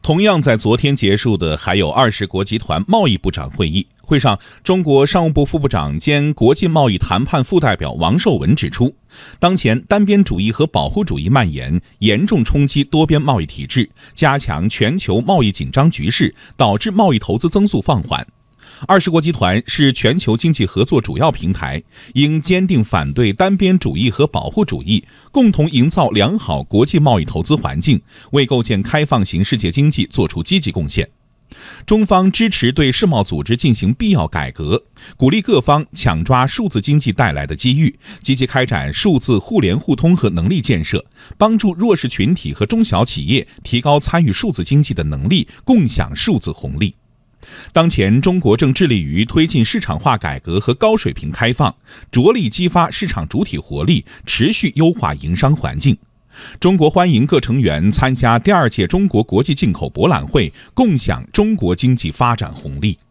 同样在昨天结束的还有20国集团贸易部长会议。会上，中国商务部副部长兼国际贸易谈判副代表王受文指出，当前单边主义和保护主义蔓延，严重冲击多边贸易体制，加强全球贸易紧张局势，导致贸易投资增速放缓。20国集团是全球经济合作主要平台，应坚定反对单边主义和保护主义，共同营造良好国际贸易投资环境，为构建开放型世界经济做出积极贡献。中方支持对世贸组织进行必要改革，鼓励各方抢抓数字经济带来的机遇，积极开展数字互联互通和能力建设，帮助弱势群体和中小企业提高参与数字经济的能力，共享数字红利。当前，中国正致力于推进市场化改革和高水平开放，着力激发市场主体活力，持续优化营商环境。中国欢迎各成员参加第2届中国国际进口博览会，共享中国经济发展红利。